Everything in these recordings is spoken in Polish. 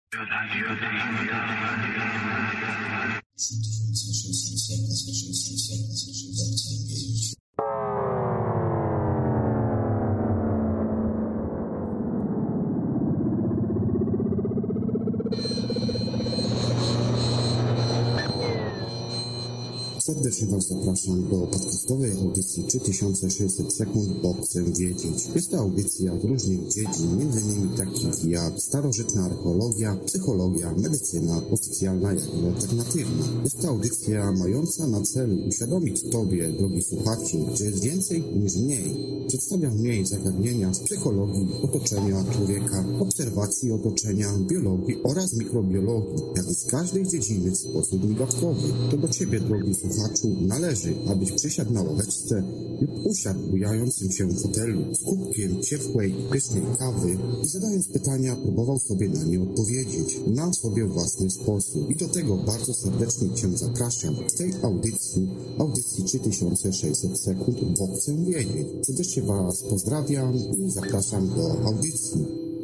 Serdecznie Was zapraszam do podcastowej audycji 3600 sekund, bo chcę wiedzieć. Jest to audycja z różnych dziedzin, m.in. takich jak starożytna archeologia, psychologia, medycyna, oficjalna jak i alternatywna. Jest to audycja mająca na celu uświadomić Tobie, drogi słuchaczu, że jest więcej niż mniej. Przedstawia mniej zagadnienia z psychologii, otoczenia człowieka, obserwacji otoczenia, biologii oraz mikrobiologii, jak i z każdej dziedziny w sposób migawkowy. To do Ciebie, drogi słuchaczu, należy, abyś przysiadł na ławeczce lub usiadł bujającym się w fotelu z kubkiem ciepłej, pysznej kawy i zadając pytania, próbował sobie na nie odpowiedzieć na sobie własny sposób. I do tego bardzo serdecznie Cię zapraszam w tej audycji 3600 sekund, bo chcę wiedzieć. Serdecznie Was pozdrawiam i zapraszam do audycji.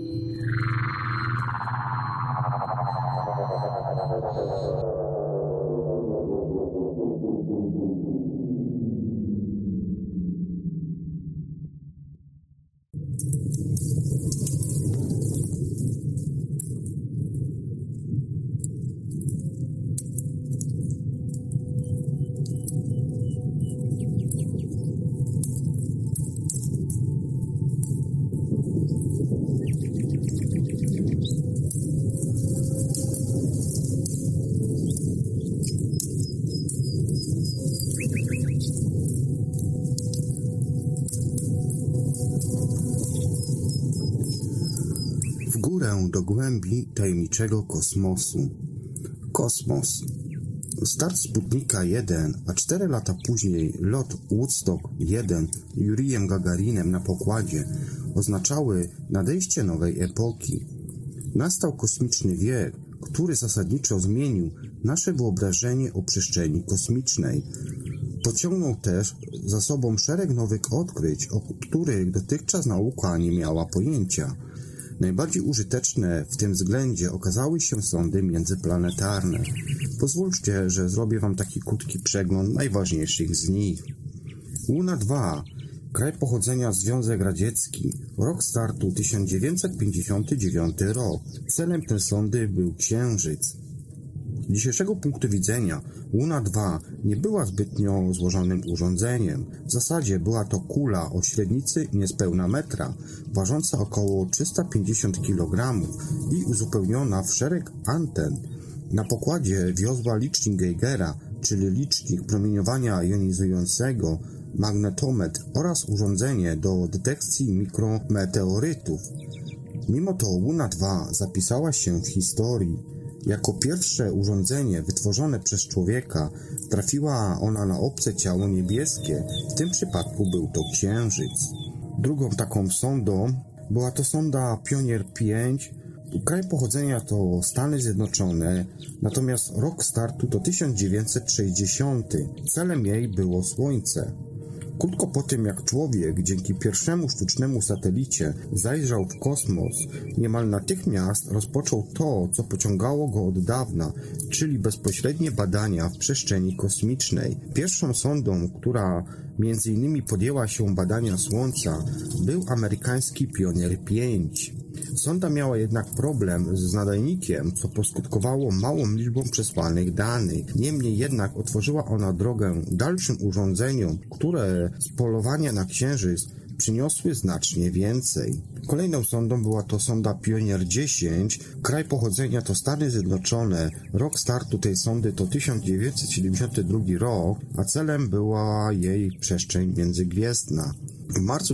Do głębi tajemniczego kosmosu. Kosmos. Start Sputnika 1, a 4 lata później lot Woodstock 1 Jurijem Gagarinem na pokładzie oznaczały nadejście nowej epoki. Nastał kosmiczny wiek, który zasadniczo zmienił nasze wyobrażenie o przestrzeni kosmicznej. Pociągnął też za sobą szereg nowych odkryć, o których dotychczas nauka nie miała pojęcia. Najbardziej użyteczne w tym względzie okazały się sondy międzyplanetarne. Pozwólcie, że zrobię Wam taki krótki przegląd najważniejszych z nich. Luna 2. Kraj pochodzenia Związek Radziecki. Rok startu 1959 rok. Celem tej sondy był Księżyc. Z dzisiejszego punktu widzenia Luna 2 nie była zbytnio złożonym urządzeniem. W zasadzie była to kula o średnicy niespełna metra, ważąca około 350 kg i uzupełniona w szereg anten. Na pokładzie wiozła licznik Geigera, czyli licznik promieniowania jonizującego, magnetometr oraz urządzenie do detekcji mikrometeorytów. Mimo to Luna 2 zapisała się w historii. Jako pierwsze urządzenie wytworzone przez człowieka trafiła ona na obce ciało niebieskie, w tym przypadku był to Księżyc. Drugą taką sondą była to sonda Pioneer 5. Kraj pochodzenia to Stany Zjednoczone, natomiast rok startu to 1960. Celem jej było Słońce. Krótko po tym, jak człowiek dzięki pierwszemu sztucznemu satelicie zajrzał w kosmos, niemal natychmiast rozpoczął to, co pociągało go od dawna, czyli bezpośrednie badania w przestrzeni kosmicznej. Pierwszą sondą, która m.in. podjęła się badania Słońca, był amerykański Pioneer 5. Sonda miała jednak problem z nadajnikiem, co poskutkowało małą liczbą przesłanych danych. Niemniej jednak otworzyła ona drogę dalszym urządzeniom, które z polowania na Księżyc przyniosły znacznie więcej. Kolejną sondą była to sonda Pioneer 10. Kraj pochodzenia to Stany Zjednoczone. Rok startu tej sondy to 1972 rok, a celem była jej przestrzeń międzygwiezdna. W marcu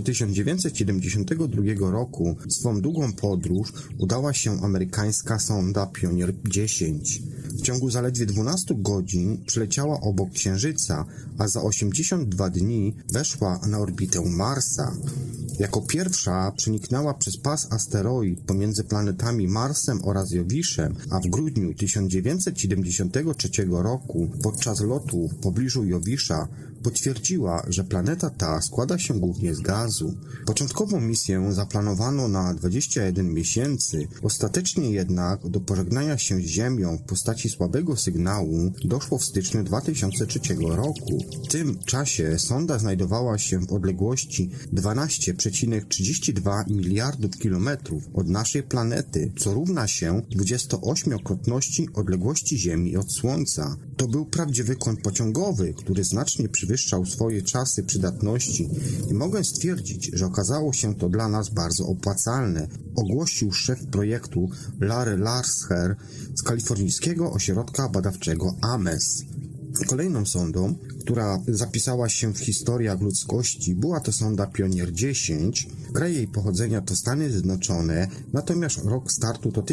1972 roku w swą długą podróż udała się amerykańska sonda Pioneer 10. W ciągu zaledwie 12 godzin przeleciała obok Księżyca, a za 82 dni weszła na orbitę Marsa. Jako pierwsza przeniknęła przez pas asteroid pomiędzy planetami Marsem oraz Jowiszem, a w grudniu 1973 roku podczas lotu w pobliżu Jowisza potwierdziła, że planeta ta składa się głównie z gazu. Początkową misję zaplanowano na 21 miesięcy, ostatecznie jednak do pożegnania się z Ziemią w postaci słabego sygnału doszło w styczniu 2003 roku. W tym czasie sonda znajdowała się w odległości 12,32 miliardów kilometrów od naszej planety, co równa się 28-krotności odległości Ziemi od Słońca. To był prawdziwy koń pociągowy, który znacznie przewyższał swoje czasy przydatności i mogę stwierdzić, że okazało się to dla nas bardzo opłacalne, ogłosił szef projektu Larry Larsher z kalifornijskiego ośrodka badawczego AMES. Kolejną sondą, która zapisała się w historiach ludzkości, była to sonda Pionier 10. Kraj jej pochodzenia to Stany Zjednoczone, natomiast rok startu to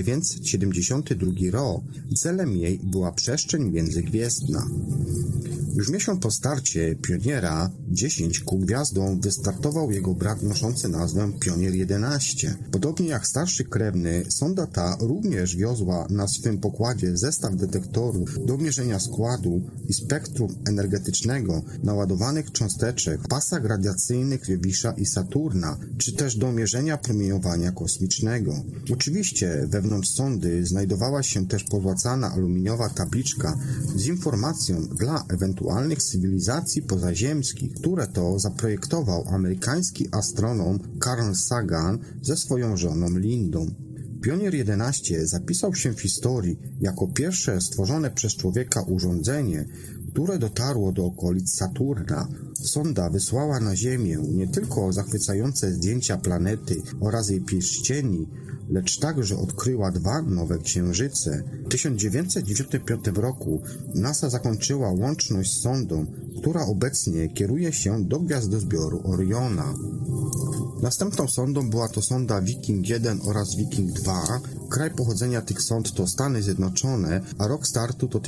1972 rok. Celem jej była przestrzeń międzygwiezdna. Już miesiąc po starcie Pioniera 10 ku gwiazdom wystartował jego brat noszący nazwę Pionier 11. Podobnie jak starszy krewny, sonda ta również wiozła na swym pokładzie zestaw detektorów do mierzenia składu i spektrum energetycznego naładowanych cząsteczek w pasach radiacyjnych Jowisza i Saturna, czy też do mierzenia promieniowania kosmicznego. Oczywiście wewnątrz sondy znajdowała się też pozłacana aluminiowa tabliczka z informacją dla ewentualnych cywilizacji pozaziemskich, które to zaprojektował amerykański astronom Carl Sagan ze swoją żoną Lindą. Pionier 11 zapisał się w historii jako pierwsze stworzone przez człowieka urządzenie, które dotarło do okolic Saturna. Sonda wysłała na Ziemię nie tylko zachwycające zdjęcia planety oraz jej pierścieni, lecz także odkryła 2 nowe księżyce. W 1995 roku NASA zakończyła łączność z sondą, która obecnie kieruje się do gwiazdozbioru Oriona. Następną sondą była to sonda Viking 1 oraz Viking 2. Kraj pochodzenia tych sond to Stany Zjednoczone, a rok startu to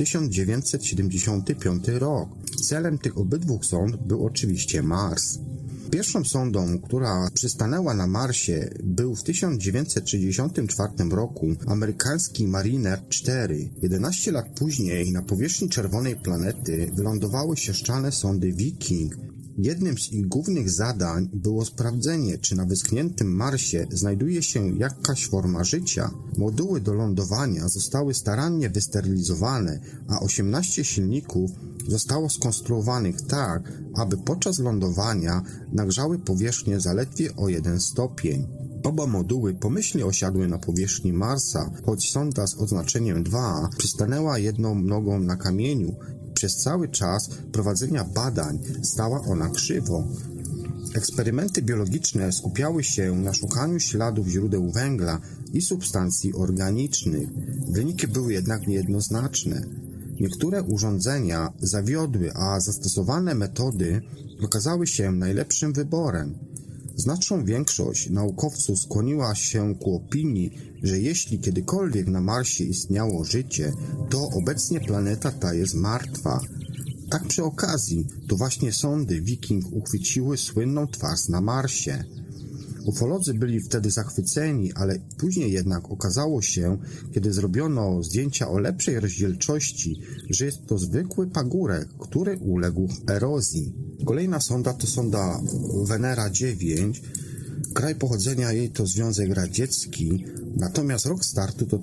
1975 rok. Celem tych obydwu sond był oczywiście Mars. Pierwszą sondą, która przystanęła na Marsie, był w 1964 roku amerykański Mariner 4. 11 lat później na powierzchni czerwonej planety wylądowały sieszczane sondy Viking. Jednym z ich głównych zadań było sprawdzenie, czy na wyschniętym Marsie znajduje się jakaś forma życia. Moduły do lądowania zostały starannie wysterylizowane, a 18 silników zostało skonstruowanych tak, aby podczas lądowania nagrzały powierzchnię zaledwie o 1 stopień. Oba moduły pomyślnie osiadły na powierzchni Marsa, choć sonda z oznaczeniem 2 przystanęła jedną nogą na kamieniu. Przez cały czas prowadzenia badań stała ona krzywo. Eksperymenty biologiczne skupiały się na szukaniu śladów źródeł węgla i substancji organicznych. Wyniki były jednak niejednoznaczne. Niektóre urządzenia zawiodły, a zastosowane metody okazały się najlepszym wyborem. Znaczną większość naukowców skłoniła się ku opinii, że jeśli kiedykolwiek na Marsie istniało życie, to obecnie planeta ta jest martwa. Tak przy okazji, to właśnie sondy Viking uchwyciły słynną twarz na Marsie. Ufolodzy byli wtedy zachwyceni, ale później jednak okazało się, kiedy zrobiono zdjęcia o lepszej rozdzielczości, że jest to zwykły pagórek, który uległ erozji. Kolejna sonda to sonda Venera 9. Kraj pochodzenia jej to Związek Radziecki, natomiast rok startu to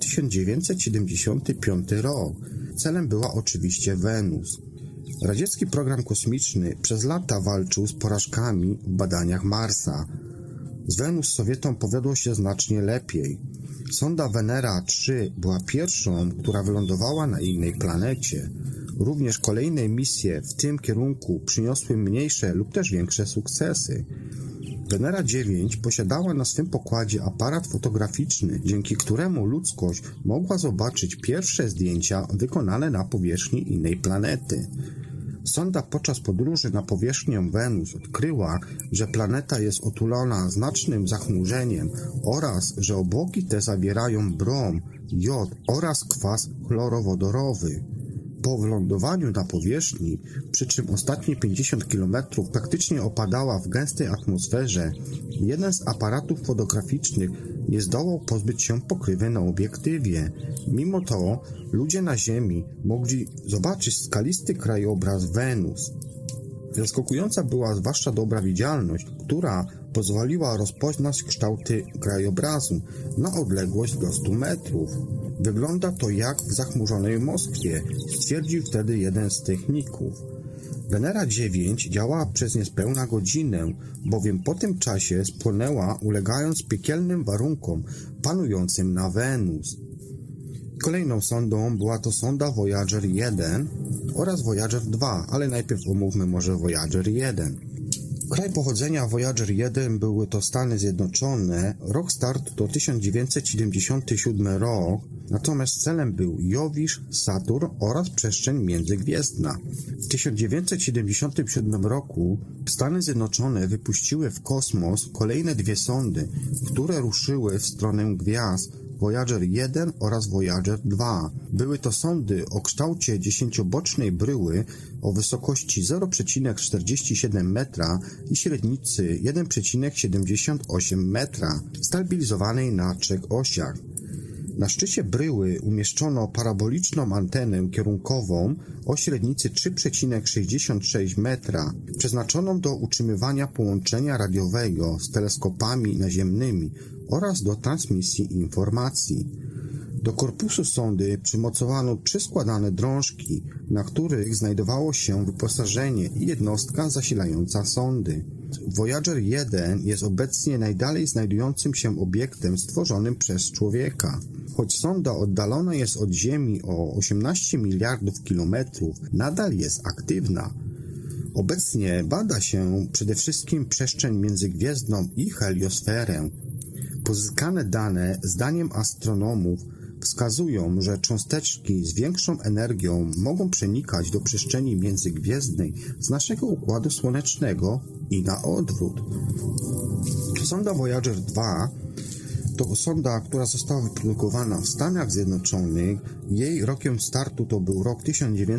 1975 rok. Celem była oczywiście Wenus. Radziecki program kosmiczny przez lata walczył z porażkami w badaniach Marsa. Z Wenus Sowietom powiodło się znacznie lepiej. Sonda Venera 3 była pierwszą, która wylądowała na innej planecie. Również kolejne misje w tym kierunku przyniosły mniejsze lub też większe sukcesy. Venera 9 posiadała na swym pokładzie aparat fotograficzny, dzięki któremu ludzkość mogła zobaczyć pierwsze zdjęcia wykonane na powierzchni innej planety. Sonda podczas podróży na powierzchnię Wenus odkryła, że planeta jest otulona znacznym zachmurzeniem oraz, że obłoki te zawierają brom, jod oraz kwas chlorowodorowy. Po wylądowaniu na powierzchni, przy czym ostatnie 50 km praktycznie opadała w gęstej atmosferze, jeden z aparatów fotograficznych nie zdołał pozbyć się pokrywy na obiektywie. Mimo to ludzie na Ziemi mogli zobaczyć skalisty krajobraz Wenus. Zaskakująca była zwłaszcza dobra widzialność, która pozwoliła rozpoznać kształty krajobrazu na odległość do 100 metrów. Wygląda to jak w zachmurzonej Moskwie, stwierdził wtedy jeden z techników. Venera 9 działała przez niespełna godzinę, bowiem po tym czasie spłonęła, ulegając piekielnym warunkom panującym na Wenus. Kolejną sondą była to sonda Voyager 1 oraz Voyager 2, ale najpierw omówmy może Voyager 1. Kraj pochodzenia Voyager 1 były to Stany Zjednoczone, rok startu to 1977 rok, natomiast celem był Jowisz, Saturn oraz przestrzeń międzygwiezdna. W 1977 roku Stany Zjednoczone wypuściły w kosmos kolejne dwie sondy, które ruszyły w stronę gwiazd, Voyager 1 oraz Voyager 2. Były to sondy o kształcie dziesięciobocznej bryły o wysokości 0,47 metra i średnicy 1,78 metra, stabilizowanej na 3 osiach. Na szczycie bryły umieszczono paraboliczną antenę kierunkową o średnicy 3,66 metra, przeznaczoną do utrzymywania połączenia radiowego z teleskopami naziemnymi oraz do transmisji informacji. Do korpusu sondy przymocowano 3 składane drążki, na których znajdowało się wyposażenie i jednostka zasilająca sondy. Voyager 1 jest obecnie najdalej znajdującym się obiektem stworzonym przez człowieka. Choć sonda oddalona jest od Ziemi o 18 miliardów kilometrów, nadal jest aktywna. Obecnie bada się przede wszystkim przestrzeń międzygwiezdną i heliosferę. Pozyskane dane, zdaniem astronomów, wskazują, że cząsteczki z większą energią mogą przenikać do przestrzeni międzygwiezdnej z naszego Układu Słonecznego i na odwrót. Sonda Voyager 2 to sonda, która została wyprodukowana w Stanach Zjednoczonych. Jej rokiem startu to był rok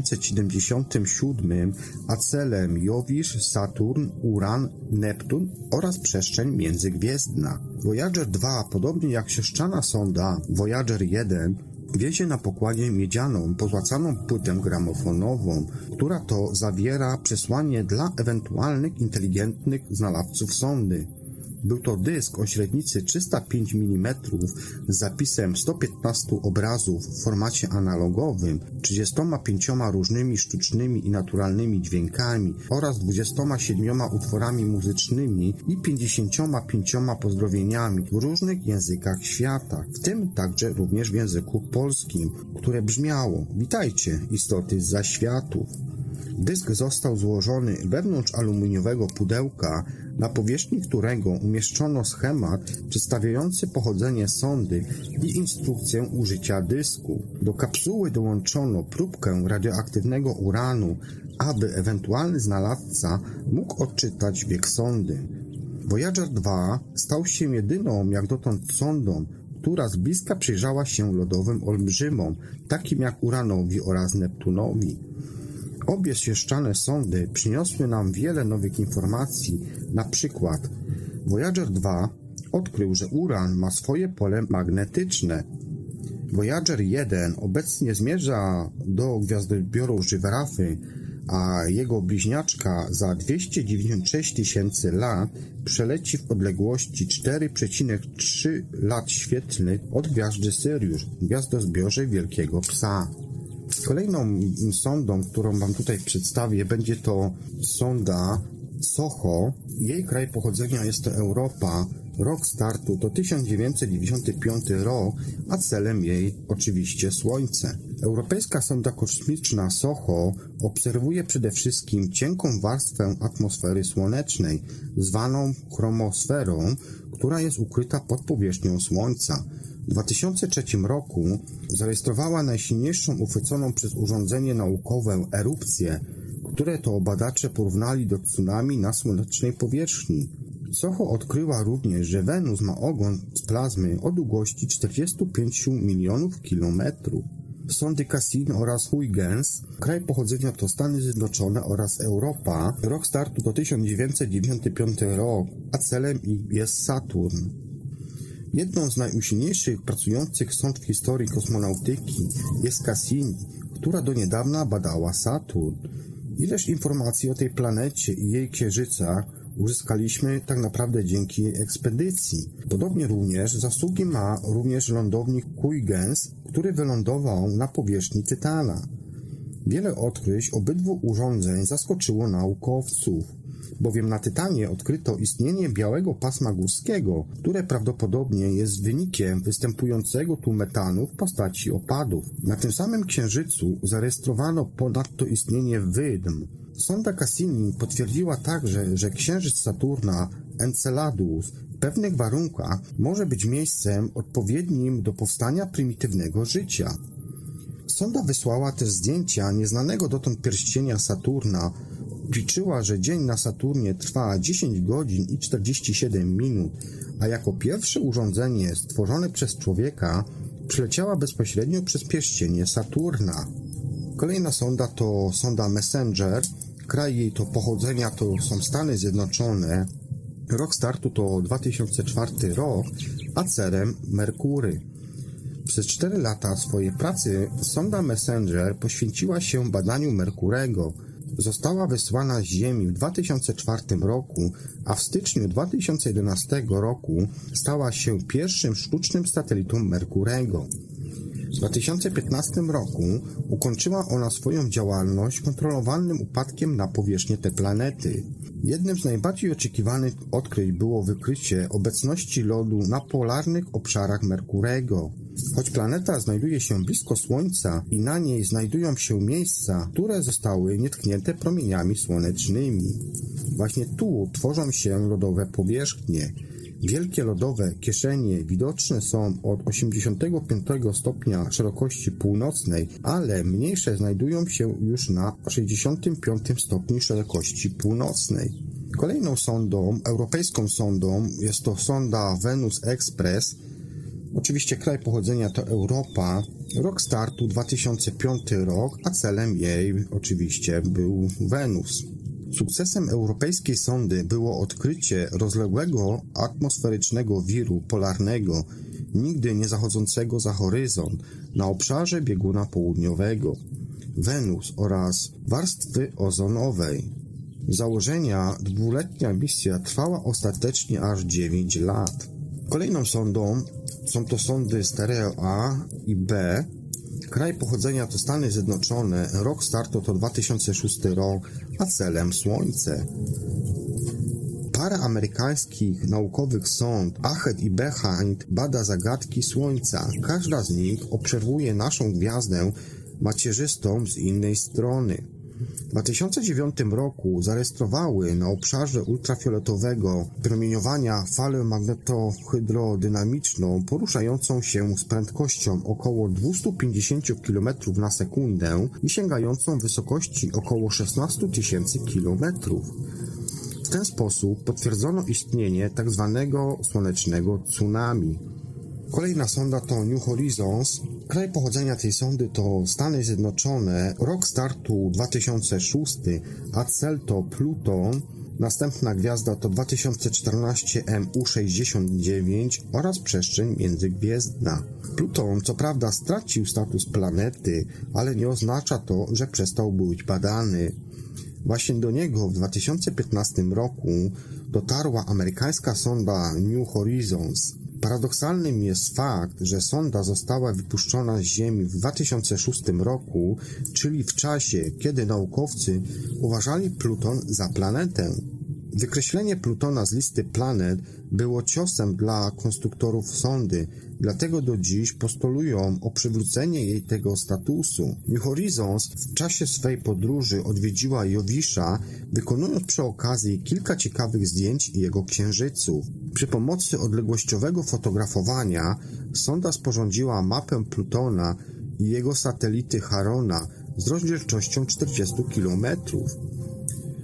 1977, a celem Jowisz, Saturn, Uran, Neptun oraz przestrzeń międzygwiezdna. Voyager 2, podobnie jak siostrzana sonda Voyager 1, wiezie na pokładzie miedzianą, pozłacaną płytę gramofonową, która to zawiera przesłanie dla ewentualnych inteligentnych znalazców sondy. Był to dysk o średnicy 305 mm z zapisem 115 obrazów w formacie analogowym, 35 różnymi sztucznymi i naturalnymi dźwiękami oraz 27 utworami muzycznymi i 55 pozdrowieniami w różnych językach świata, w tym także również w języku polskim, które brzmiało: witajcie, istoty zza światów. Dysk został złożony wewnątrz aluminiowego pudełka, na powierzchni którego umieszczono schemat przedstawiający pochodzenie sondy i instrukcję użycia dysku. Do kapsuły dołączono próbkę radioaktywnego uranu, aby ewentualny znalazca mógł odczytać wiek sondy. Voyager 2 stał się jedyną jak dotąd sondą, która z bliska przyjrzała się lodowym olbrzymom, takim jak Uranowi oraz Neptunowi. Obie sieszczane sondy przyniosły nam wiele nowych informacji, na przykład Voyager 2 odkrył, że Uran ma swoje pole magnetyczne. Voyager 1 obecnie zmierza do gwiazdozbioru Żywrafy, a jego bliźniaczka za 296 tysięcy lat przeleci w odległości 4,3 lat świetlnych od gwiazdy Syriusz w gwiazdozbiorze Wielkiego Psa. Kolejną sondą, którą Wam tutaj przedstawię, będzie to sonda SOHO. Jej kraj pochodzenia jest to Europa. Rok startu to 1995 rok, a celem jej oczywiście Słońce. Europejska sonda kosmiczna SOHO obserwuje przede wszystkim cienką warstwę atmosfery słonecznej, zwaną chromosferą, która jest ukryta pod powierzchnią Słońca. W 2003 roku zarejestrowała najsilniejszą uchwyconą przez urządzenie naukowe erupcję, które to badacze porównali do tsunami na słonecznej powierzchni. SOHO odkryła również, że Wenus ma ogon z plazmy o długości 45 milionów kilometrów. Sondy Cassini oraz Huygens. Kraj pochodzenia to Stany Zjednoczone oraz Europa. Rok startu to 1995 rok, a celem jest Saturn. Jedną z najusilniejszych pracujących sond w historii kosmonautyki jest Cassini, która do niedawna badała Saturn. Ileż informacji o tej planecie i jej księżycach uzyskaliśmy tak naprawdę dzięki jej ekspedycji. Podobnie również zasługi ma również lądownik Huygens, który wylądował na powierzchni Tytana. Wiele odkryć obydwu urządzeń zaskoczyło naukowców, bowiem na Tytanie odkryto istnienie białego pasma górskiego, które prawdopodobnie jest wynikiem występującego tu metanu w postaci opadów. Na tym samym Księżycu zarejestrowano ponadto istnienie wydm. Sonda Cassini potwierdziła także, że Księżyc Saturna Enceladus w pewnych warunkach może być miejscem odpowiednim do powstania prymitywnego życia. Sonda wysłała też zdjęcia nieznanego dotąd pierścienia Saturna. Obliczyła, że dzień na Saturnie trwa 10 godzin i 47 minut, a jako pierwsze urządzenie stworzone przez człowieka przeleciała bezpośrednio przez pierścienie Saturna. Kolejna sonda to sonda Messenger. Kraj jej to pochodzenia to są Stany Zjednoczone. Rok startu to 2004 rok, a celem Merkury. Przez 4 lata swojej pracy sonda Messenger poświęciła się badaniu Merkurego. Została wysłana z Ziemi w 2004 roku, a w styczniu 2011 roku stała się pierwszym sztucznym satelitą Merkurego. W 2015 roku ukończyła ona swoją działalność kontrolowanym upadkiem na powierzchnię tej planety. Jednym z najbardziej oczekiwanych odkryć było wykrycie obecności lodu na polarnych obszarach Merkurego. Choć planeta znajduje się blisko Słońca i na niej znajdują się miejsca, które zostały nietknięte promieniami słonecznymi. Właśnie tu tworzą się lodowe powierzchnie. Wielkie lodowe kieszenie widoczne są od 85 stopnia szerokości północnej, ale mniejsze znajdują się już na 65 stopniu szerokości północnej. Kolejną sondą, europejską sondą, jest to sonda Venus Express. Oczywiście kraj pochodzenia to Europa. Rok startu 2005 rok, a celem jej oczywiście był Wenus. Sukcesem europejskiej sondy było odkrycie rozległego atmosferycznego wiru polarnego, nigdy nie zachodzącego za horyzont, na obszarze bieguna południowego, Wenus oraz warstwy ozonowej. Z założenia 2-letnia misja trwała ostatecznie aż 9 lat. Kolejną sondą są to sondy Stereo A i B. Kraj pochodzenia to Stany Zjednoczone, rok startu to 2006 rok, a celem Słońce. Para amerykańskich naukowych sond Ahead i Behind bada zagadki Słońca. Każda z nich obserwuje naszą gwiazdę macierzystą z innej strony. W 2009 roku zarejestrowały na obszarze ultrafioletowego promieniowania falę magnetohydrodynamiczną poruszającą się z prędkością około 250 km na sekundę i sięgającą wysokości około 16 000 km. W ten sposób potwierdzono istnienie tzw. słonecznego tsunami. Kolejna sonda to New Horizons. Kraj pochodzenia tej sondy to Stany Zjednoczone, rok startu 2006, a cel to Pluton. Następna gwiazda to 2014 MU69 oraz przestrzeń międzygwiezdna. Pluton co prawda stracił status planety, ale nie oznacza to, że przestał być badany. Właśnie do niego w 2015 roku dotarła amerykańska sonda New Horizons. Paradoksalnym jest fakt, że sonda została wypuszczona z Ziemi w 2006 roku, czyli w czasie, kiedy naukowcy uważali Pluton za planetę. Wykreślenie Plutona z listy planet było ciosem dla konstruktorów sondy, dlatego do dziś postulują o przywrócenie jej tego statusu. New Horizons w czasie swej podróży odwiedziła Jowisza, wykonując przy okazji kilka ciekawych zdjęć jego księżyców. Przy pomocy odległościowego fotografowania sonda sporządziła mapę Plutona i jego satelity Charona z rozdzielczością 40 km.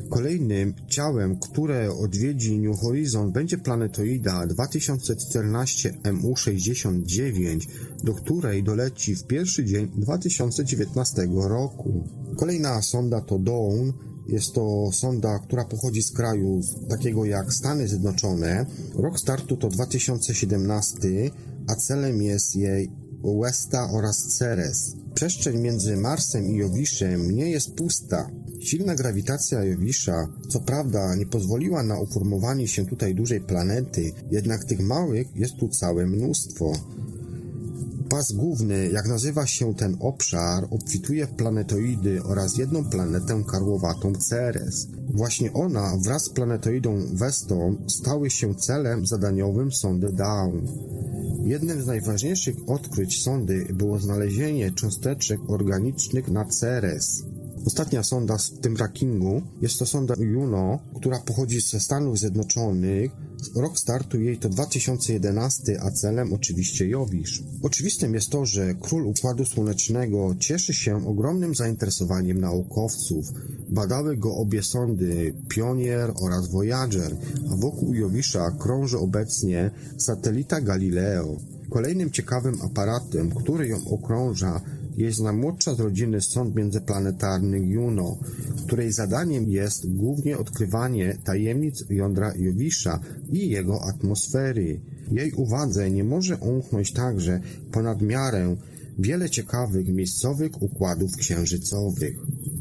Kolejnym ciałem, które odwiedzi New Horizon, będzie planetoida 2014 MU-69, do której doleci w pierwszy dzień 2019 roku. Kolejna sonda to Dawn. Jest to sonda, która pochodzi z kraju takiego jak Stany Zjednoczone. Rok startu to 2017, a celem jest jej Vesta oraz Ceres. Przestrzeń między Marsem i Jowiszem nie jest pusta. Silna grawitacja Jowisza, co prawda, nie pozwoliła na uformowanie się tutaj dużej planety, jednak tych małych jest tu całe mnóstwo. Pas główny, jak nazywa się ten obszar, obfituje w planetoidy oraz jedną planetę karłowatą Ceres. Właśnie ona wraz z planetoidą Vestą stały się celem zadaniowym sondy Dawn. Jednym z najważniejszych odkryć sondy było znalezienie cząsteczek organicznych na Ceres. Ostatnia sonda w tym rankingu jest to sonda Juno, która pochodzi ze Stanów Zjednoczonych. Rok startu jej to 2011, a celem oczywiście Jowisz. Oczywistym jest to, że król Układu Słonecznego cieszy się ogromnym zainteresowaniem naukowców. Badały go obie sondy Pionier oraz Voyager, a wokół Jowisza krąży obecnie satelita Galileo. Kolejnym ciekawym aparatem, który ją okrąża, jest najmłodsza z rodziny sond międzyplanetarnych Juno, której zadaniem jest głównie odkrywanie tajemnic jądra Jowisza i jego atmosfery. Jej uwadze nie może umknąć także ponad miarę wiele ciekawych miejscowych układów księżycowych.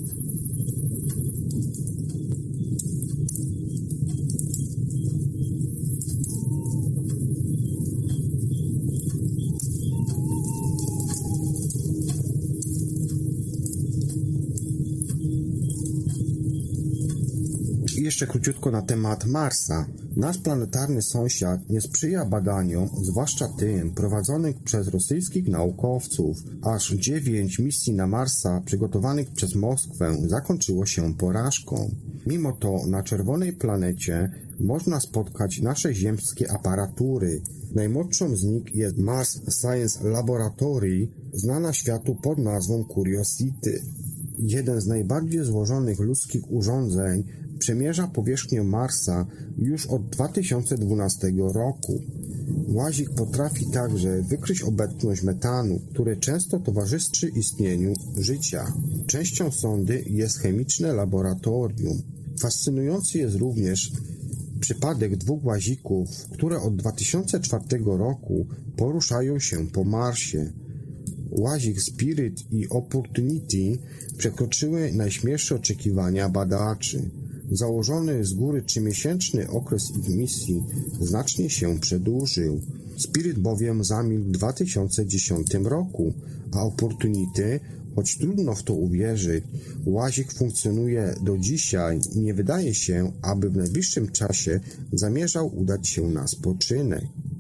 I jeszcze króciutko na temat Marsa. Nasz planetarny sąsiad nie sprzyja badaniom, zwłaszcza tym prowadzonym przez rosyjskich naukowców. Aż 9 misji na Marsa przygotowanych przez Moskwę zakończyło się porażką. Mimo to na czerwonej planecie można spotkać nasze ziemskie aparatury. Najmłodszą z nich jest Mars Science Laboratory, znana światu pod nazwą Curiosity. Jeden z najbardziej złożonych ludzkich urządzeń przemierza powierzchnię Marsa już od 2012 roku. Łazik potrafi także wykryć obecność metanu, który często towarzyszy istnieniu życia. Częścią sondy jest chemiczne laboratorium. Fascynujący jest również przypadek 2 łazików, które od 2004 roku poruszają się po Marsie. Łazik Spirit i Opportunity przekroczyły najśmielsze oczekiwania badaczy. Założony z góry 3-miesięczny okres ich misji znacznie się przedłużył. Spirit bowiem zamilkł w 2010 roku, a Opportunity, choć trudno w to uwierzyć, łazik funkcjonuje do dzisiaj i nie wydaje się, aby w najbliższym czasie zamierzał udać się na spoczynek.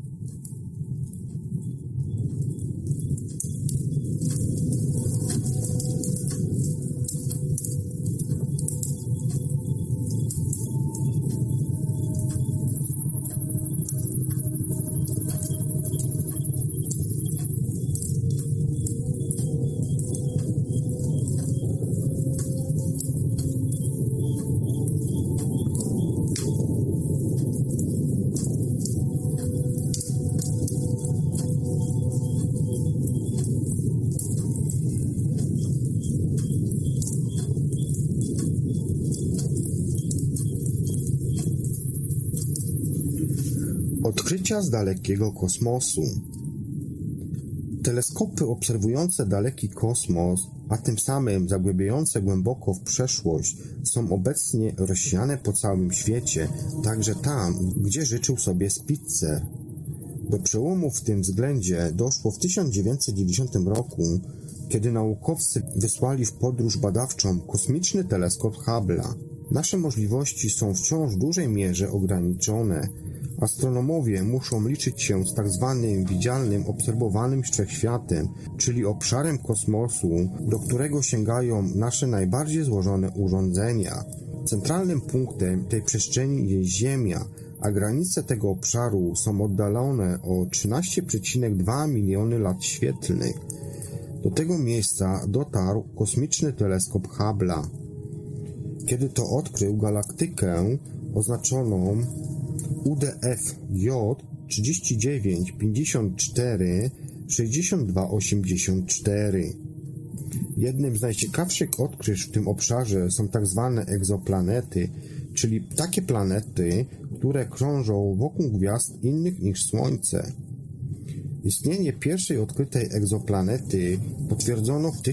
Odkrycia z dalekiego kosmosu. Teleskopy obserwujące daleki kosmos, a tym samym zagłębiające głęboko w przeszłość, są obecnie rozsiane po całym świecie, także tam, gdzie życzył sobie Spitzer. Do przełomu w tym względzie doszło w 1990 roku, kiedy naukowcy wysłali w podróż badawczą kosmiczny teleskop Hubble'a. Nasze możliwości są wciąż w dużej mierze ograniczone. Astronomowie muszą liczyć się z tak zwanym widzialnym, obserwowanym wszechświatem, czyli obszarem kosmosu, do którego sięgają nasze najbardziej złożone urządzenia. Centralnym punktem tej przestrzeni jest Ziemia, a granice tego obszaru są oddalone o 13,2 miliony lat świetlnych. Do tego miejsca dotarł kosmiczny teleskop Hubble'a. kiedy to odkrył galaktykę oznaczoną UDFJ 39546284. Jednym z najciekawszych odkryć w tym obszarze są tak zwane egzoplanety, czyli takie planety, które krążą wokół gwiazd innych niż Słońce. Istnienie pierwszej odkrytej egzoplanety potwierdzono w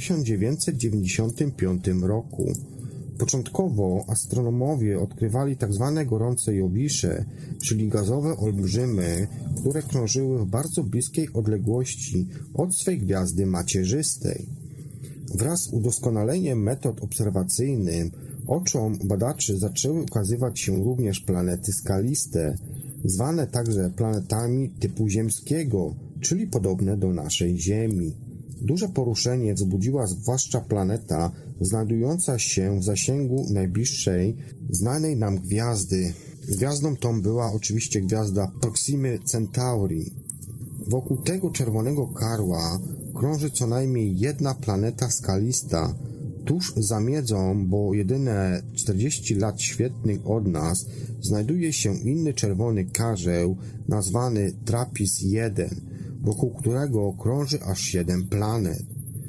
1995 roku. Początkowo astronomowie odkrywali tzw. gorące jowisze, czyli gazowe olbrzymy, które krążyły w bardzo bliskiej odległości od swej gwiazdy macierzystej. Wraz z udoskonaleniem metod obserwacyjnych oczom badaczy zaczęły ukazywać się również planety skaliste, zwane także planetami typu ziemskiego, czyli podobne do naszej Ziemi. Duże poruszenie wzbudziła zwłaszcza planeta znajdująca się w zasięgu najbliższej znanej nam gwiazdy. Gwiazdą tą była oczywiście gwiazda Proximy Centauri. Wokół tego czerwonego karła krąży co najmniej jedna planeta skalista. Tuż za miedzą, bo jedyne 40 lat świetlnych od nas, znajduje się inny czerwony karzeł nazwany TRAPPIST-1, wokół którego krąży aż 7 planet.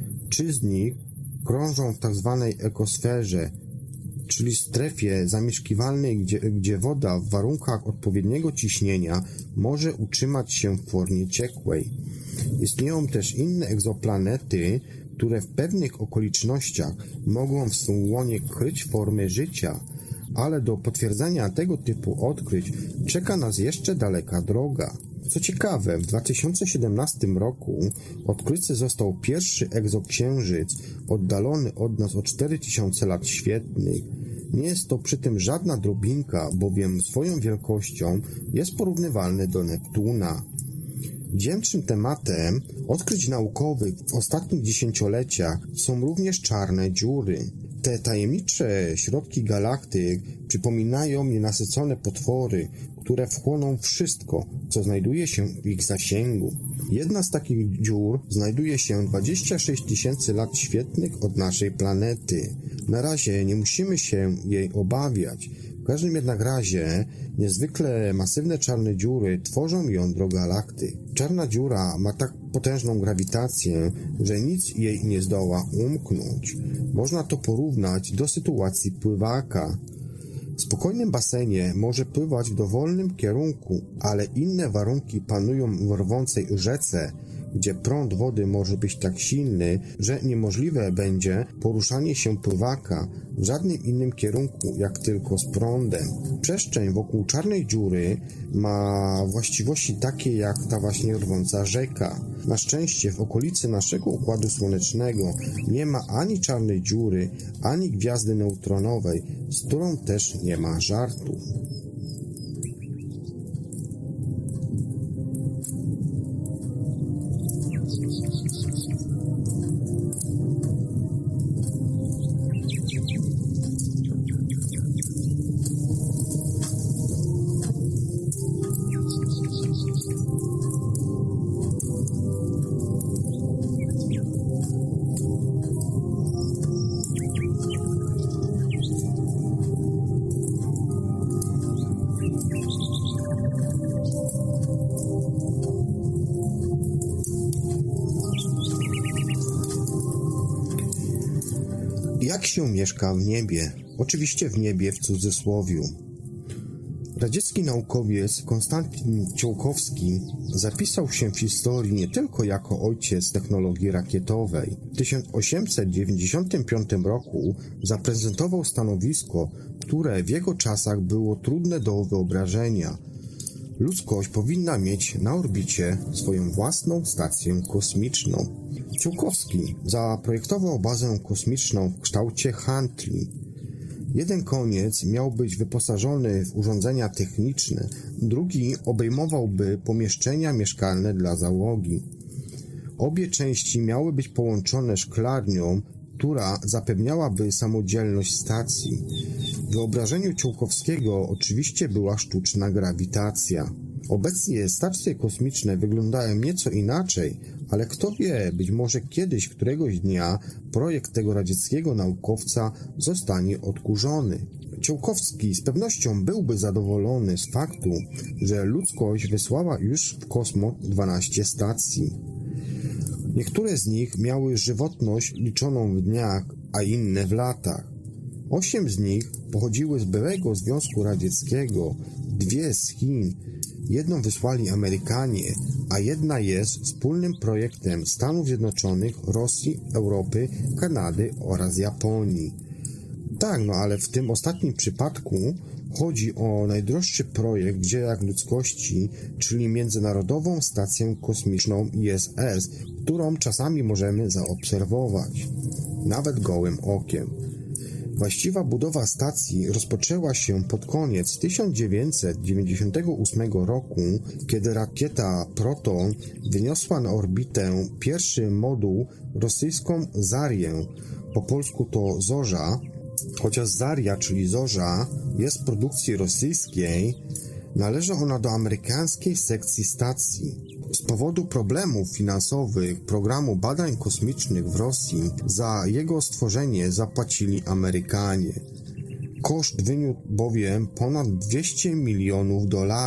3 z nich krążą w tzw. ekosferze, czyli strefie zamieszkiwalnej, gdzie woda w warunkach odpowiedniego ciśnienia może utrzymać się w formie ciekłej. Istnieją też inne egzoplanety, które w pewnych okolicznościach mogą w swym łonie kryć formy życia, ale do potwierdzenia tego typu odkryć czeka nas jeszcze daleka droga. Co ciekawe, w 2017 roku odkryty został pierwszy egzoksiężyc oddalony od nas o 4000 lat świetlnych. Nie jest to przy tym żadna drobinka, bowiem swoją wielkością jest porównywalny do Neptuna. Wdzięcznym tematem odkryć naukowych w ostatnich dziesięcioleciach są również czarne dziury. Te tajemnicze środki galaktyk przypominają nienasycone potwory, które wchłoną wszystko, co znajduje się w ich zasięgu. Jedna z takich dziur znajduje się 26 000 lat świetlnych od naszej planety. Na razie nie musimy się jej obawiać. W każdym jednak razie niezwykle masywne czarne dziury tworzą jądro galaktyk. Czarna dziura ma tak potężną grawitację, że nic jej nie zdoła umknąć. Można to porównać do sytuacji pływaka. W spokojnym basenie może pływać w dowolnym kierunku, ale inne warunki panują w rwącej rzece, gdzie prąd wody może być tak silny, że niemożliwe będzie poruszanie się pływaka w żadnym innym kierunku, jak tylko z prądem. Przestrzeń wokół czarnej dziury ma właściwości takie jak ta właśnie rwąca rzeka. Na szczęście w okolicy naszego Układu Słonecznego nie ma ani czarnej dziury, ani gwiazdy neutronowej, z którą też nie ma żartów. Jak się mieszka w niebie? Oczywiście w niebie w cudzysłowiu. Radziecki naukowiec Konstantin Ciołkowski zapisał się w historii nie tylko jako ojciec technologii rakietowej. W 1895 roku zaprezentował stanowisko, które w jego czasach było trudne do wyobrażenia. Ludzkość powinna mieć na orbicie swoją własną stację kosmiczną. Ciołkowski zaprojektował bazę kosmiczną w kształcie Huntley. Jeden koniec miał być wyposażony w urządzenia techniczne, drugi obejmowałby pomieszczenia mieszkalne dla załogi. Obie części miały być połączone szklarnią, która zapewniałaby samodzielność stacji. W wyobrażeniu Ciołkowskiego oczywiście była sztuczna grawitacja. Obecnie stacje kosmiczne wyglądają nieco inaczej, Ale kto wie, być może kiedyś, któregoś dnia projekt tego radzieckiego naukowca zostanie odkurzony. Ciałkowski z pewnością byłby zadowolony z faktu, że ludzkość wysłała już w kosmos 12 stacji. Niektóre z nich miały żywotność liczoną w dniach, a inne w latach. 8 z nich pochodziły z byłego Związku Radzieckiego, 2 z Chin, jedną wysłali Amerykanie, a jedna jest wspólnym projektem Stanów Zjednoczonych, Rosji, Europy, Kanady oraz Japonii. Tak, ale w tym ostatnim przypadku chodzi o najdroższy projekt w dziejach ludzkości, czyli Międzynarodową Stację Kosmiczną ISS, którą czasami możemy zaobserwować, nawet gołym okiem. Właściwa budowa stacji rozpoczęła się pod koniec 1998 roku, kiedy rakieta Proton wyniosła na orbitę pierwszy moduł rosyjską Zarię, po polsku to Zorza, chociaż Zaria, czyli Zorza, jest z produkcji rosyjskiej, należy ona do amerykańskiej sekcji stacji. Z powodu problemów finansowych programu badań kosmicznych w Rosji za jego stworzenie zapłacili Amerykanie. Koszt wyniósł bowiem ponad $200 milionów.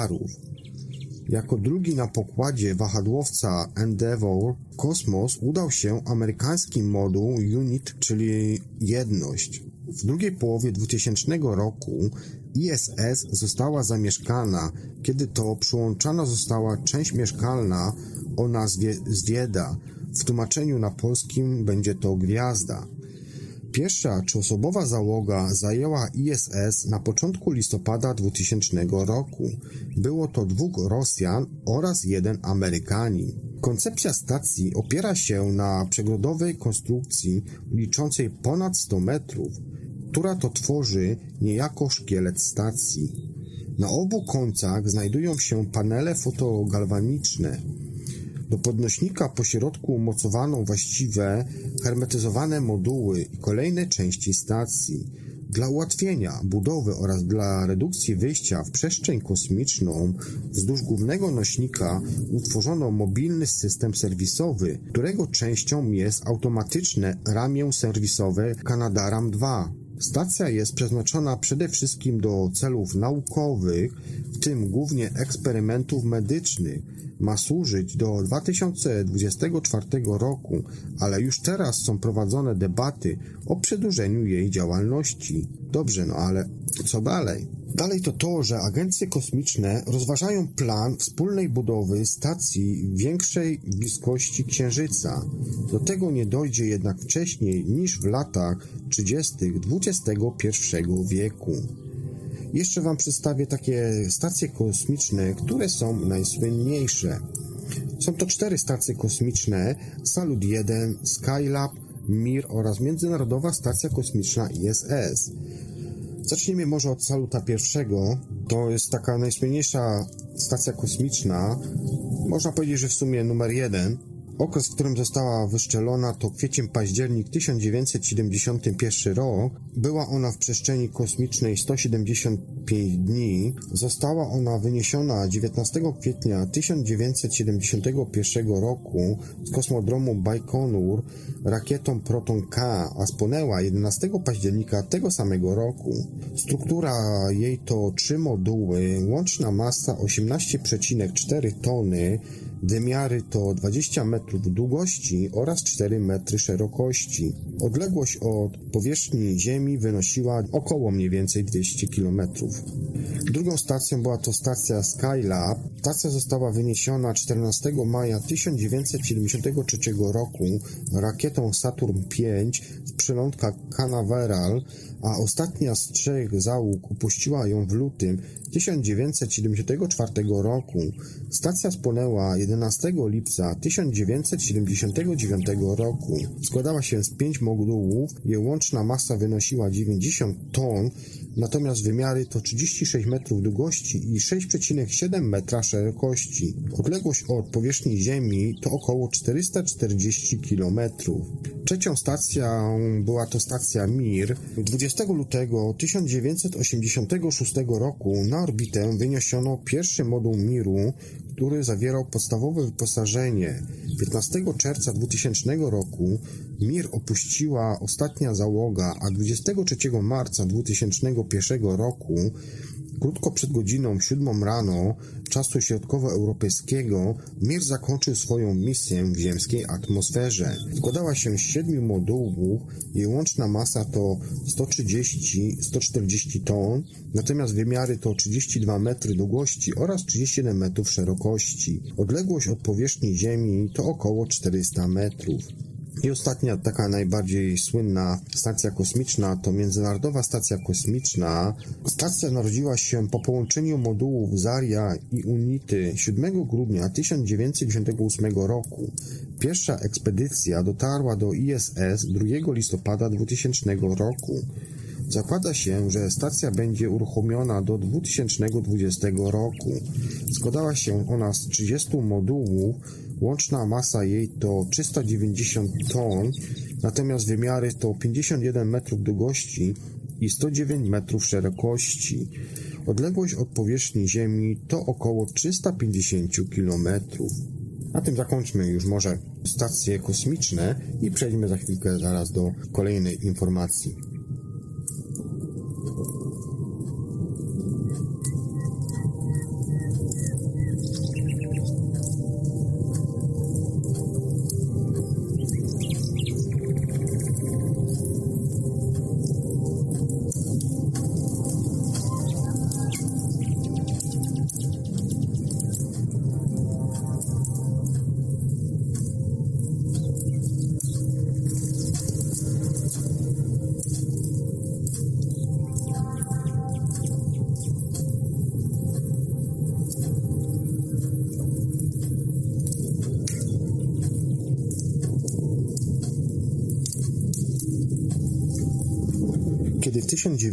Jako drugi na pokładzie wahadłowca Endeavour w kosmos udał się amerykański moduł UNIT, czyli Jedność. W drugiej połowie 2000 roku ISS została zamieszkana, kiedy to przyłączona została część mieszkalna o nazwie Zwieda. W tłumaczeniu na polskim będzie to Gwiazda. Pierwsza trzyosobowa załoga zajęła ISS na początku listopada 2000 roku. Było to 2 Rosjan oraz 1 Amerykanin. Koncepcja stacji opiera się na przegrodowej konstrukcji liczącej ponad 100 metrów, która to tworzy niejako szkielet stacji. Na obu końcach znajdują się panele fotogalwaniczne. Do podnośnika pośrodku umocowano właściwe hermetyzowane moduły i kolejne części stacji. Dla ułatwienia budowy oraz dla redukcji wyjścia w przestrzeń kosmiczną wzdłuż głównego nośnika utworzono mobilny system serwisowy, którego częścią jest automatyczne ramię serwisowe Canadarm2. Stacja jest przeznaczona przede wszystkim do celów naukowych, w tym głównie eksperymentów medycznych. Ma służyć do 2024 roku, ale już teraz są prowadzone debaty o przedłużeniu jej działalności. Dobrze, ale co dalej? Dalej to, że agencje kosmiczne rozważają plan wspólnej budowy stacji w większej bliskości Księżyca. Do tego nie dojdzie jednak wcześniej niż w latach 30. XXI wieku. Jeszcze Wam przedstawię takie stacje kosmiczne, które są najsłynniejsze. Są to 4 stacje kosmiczne: Salut 1, Skylab, Mir oraz Międzynarodowa Stacja Kosmiczna ISS. Zacznijmy może od Saluta pierwszego. To jest taka najsłynniejsza stacja kosmiczna, można powiedzieć, że w sumie numer 1. Okres, w którym została wyszczelona, to kwiecień-październik 1971 rok. Była ona w przestrzeni kosmicznej 175 dni. Została ona wyniesiona 19 kwietnia 1971 roku z kosmodromu Bajkonur rakietą Proton-K, a spłonęła 11 października tego samego roku. Struktura jej to 3 moduły, łączna masa 18,4 tony, wymiary to 20 metrów długości oraz 4 metry szerokości. Odległość od powierzchni Ziemi wynosiła około mniej więcej 200 km. Drugą stacją była to stacja Skylab. Stacja została wyniesiona 14 maja 1973 roku rakietą Saturn V z przylądka Canaveral, a ostatnia z 3 załóg opuściła ją w lutym 1974 roku. Stacja spłonęła 11 lipca 1979 roku. Składała się z 5 modułów, jej łączna masa wynosiła 90 ton, natomiast wymiary to 36 metrów długości i 6,7 metra szerokości. Odległość od powierzchni Ziemi to około 440 km. Trzecią stacją była to stacja Mir. 20 lutego 1986 roku na orbitę wyniesiono pierwszy moduł Miru, który zawierał podstawowe wyposażenie. 15 czerwca 2000 roku Mir opuściła ostatnia załoga, a 23 marca 2001 roku, krótko przed godziną 7 rano czasu środkowoeuropejskiego, Mir zakończył swoją misję w ziemskiej atmosferze. Składała się z 7 modułów, jej łączna masa to 130-140 ton, natomiast wymiary to 32 metry długości oraz 37 metrów szerokości. Odległość od powierzchni Ziemi to około 400 metrów. I ostatnia, taka najbardziej słynna stacja kosmiczna to Międzynarodowa Stacja Kosmiczna. Stacja narodziła się po połączeniu modułów Zarja i Unity 7 grudnia 1998 roku. Pierwsza ekspedycja dotarła do ISS 2 listopada 2000 roku. Zakłada się, że stacja będzie uruchomiona do 2020 roku. Składała się ona z 30 modułów, łączna masa jej to 390 ton, natomiast wymiary to 51 metrów długości i 109 metrów szerokości. Odległość od powierzchni Ziemi to około 350 km. Na tym zakończmy już może stacje kosmiczne i przejdźmy za chwilkę zaraz do kolejnej informacji. Kiedy w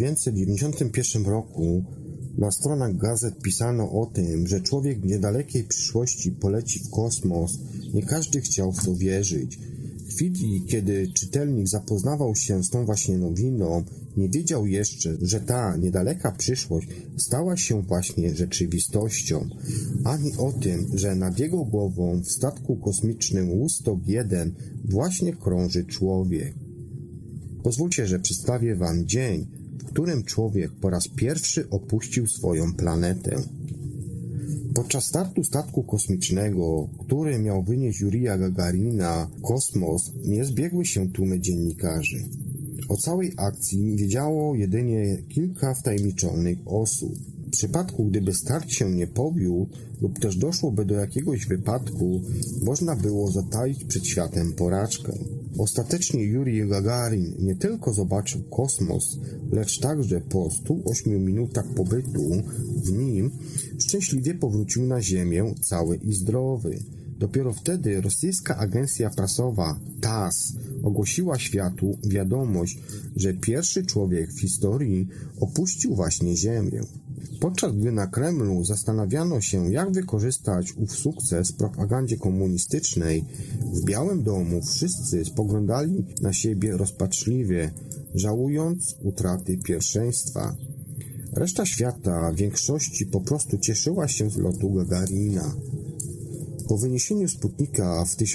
1991 roku na stronach gazet pisano o tym, że człowiek w niedalekiej przyszłości poleci w kosmos, nie każdy chciał w to wierzyć. W chwili, kiedy czytelnik zapoznawał się z tą właśnie nowiną, nie wiedział jeszcze, że ta niedaleka przyszłość stała się właśnie rzeczywistością, ani o tym, że nad jego głową w statku kosmicznym Vostok 1 właśnie krąży człowiek. Pozwólcie, że przedstawię wam dzień, w którym człowiek po raz pierwszy opuścił swoją planetę. Podczas startu statku kosmicznego, który miał wynieść Jurija Gagarina w kosmos, nie zbiegły się tłumy dziennikarzy. O całej akcji wiedziało jedynie kilka wtajemniczonych osób. W przypadku, gdyby start się nie powiódł lub też doszłoby do jakiegoś wypadku, można było zataić przed światem porażkę. Ostatecznie Jurij Gagarin nie tylko zobaczył kosmos, lecz także po 108 minutach pobytu w nim szczęśliwie powrócił na Ziemię cały i zdrowy. Dopiero wtedy rosyjska agencja prasowa TASS ogłosiła światu wiadomość, że pierwszy człowiek w historii opuścił właśnie Ziemię. Podczas gdy na Kremlu zastanawiano się, jak wykorzystać ów sukces w propagandzie komunistycznej, w Białym Domu wszyscy spoglądali na siebie rozpaczliwie, żałując utraty pierwszeństwa. Reszta świata w większości po prostu cieszyła się z lotu Gagarina. Po wyniesieniu Sputnika w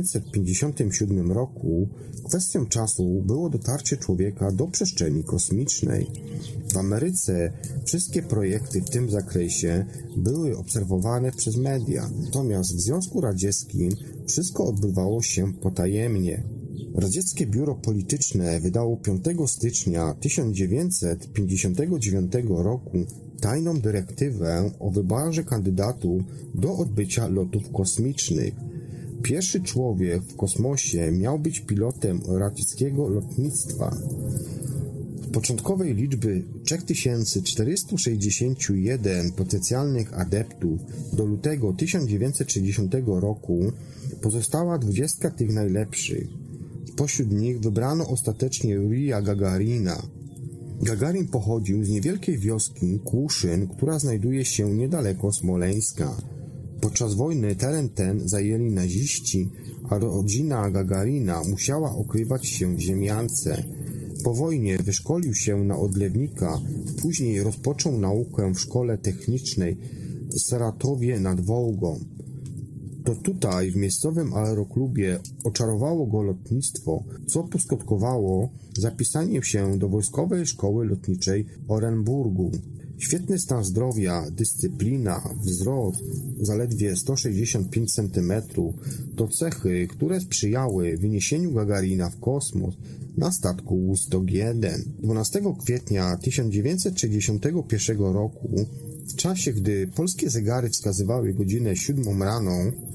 1957 roku kwestią czasu było dotarcie człowieka do przestrzeni kosmicznej. W Ameryce wszystkie projekty w tym zakresie były obserwowane przez media, natomiast w Związku Radzieckim wszystko odbywało się potajemnie. Radzieckie biuro polityczne wydało 5 stycznia 1959 roku tajną dyrektywę o wyborze kandydatów do odbycia lotów kosmicznych. Pierwszy człowiek w kosmosie miał być pilotem radzieckiego lotnictwa. Z początkowej liczby 3461 potencjalnych adeptów do lutego 1960 roku pozostała 20 tych najlepszych. Spośród nich wybrano ostatecznie Jurija Gagarina. Gagarin pochodził z niewielkiej wioski Kłuszyn, która znajduje się niedaleko Smoleńska. Podczas wojny teren ten zajęli naziści, a rodzina Gagarina musiała ukrywać się w ziemiance. Po wojnie wyszkolił się na odlewnika, później rozpoczął naukę w szkole technicznej Saratowie nad Wołgą. To tutaj, w miejscowym aeroklubie, oczarowało go lotnictwo, co poskutkowało zapisaniem się do Wojskowej Szkoły Lotniczej w Orenburgu. Świetny stan zdrowia, dyscyplina, wzrost zaledwie 165 cm to cechy, które sprzyjały wyniesieniu Gagarina w kosmos na statku Vostok 1. 12 kwietnia 1961 roku, w czasie gdy polskie zegary wskazywały godzinę 7 rano,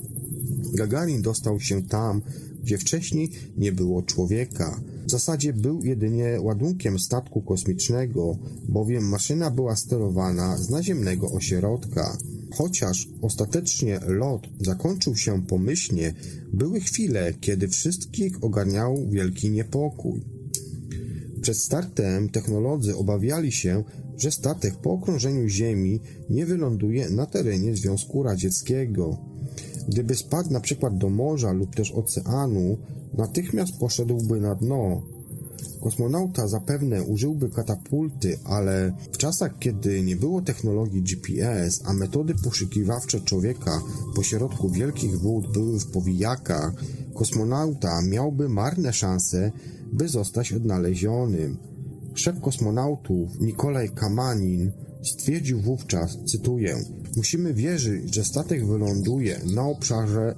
Gagarin dostał się tam, gdzie wcześniej nie było człowieka. W zasadzie był jedynie ładunkiem statku kosmicznego, bowiem maszyna była sterowana z naziemnego ośrodka. Chociaż ostatecznie lot zakończył się pomyślnie, były chwile, kiedy wszystkich ogarniał wielki niepokój. Przed startem technolodzy obawiali się, że statek po okrążeniu Ziemi nie wyląduje na terenie Związku Radzieckiego. Gdyby spadł na przykład do morza lub też oceanu, natychmiast poszedłby na dno. Kosmonauta zapewne użyłby katapulty, ale w czasach, kiedy nie było technologii GPS, a metody poszukiwawcze człowieka pośrodku wielkich wód były w powijakach, kosmonauta miałby marne szanse, by zostać odnalezionym. Szef kosmonautów Nikolaj Kamanin stwierdził wówczas, cytuję: musimy wierzyć, że statek wyląduje na obszarze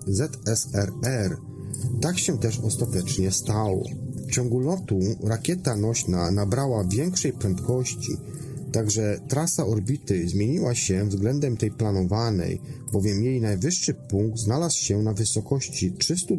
ZSRR. Tak się też ostatecznie stało. W ciągu lotu rakieta nośna nabrała większej prędkości, także trasa orbity zmieniła się względem tej planowanej, bowiem jej najwyższy punkt znalazł się na wysokości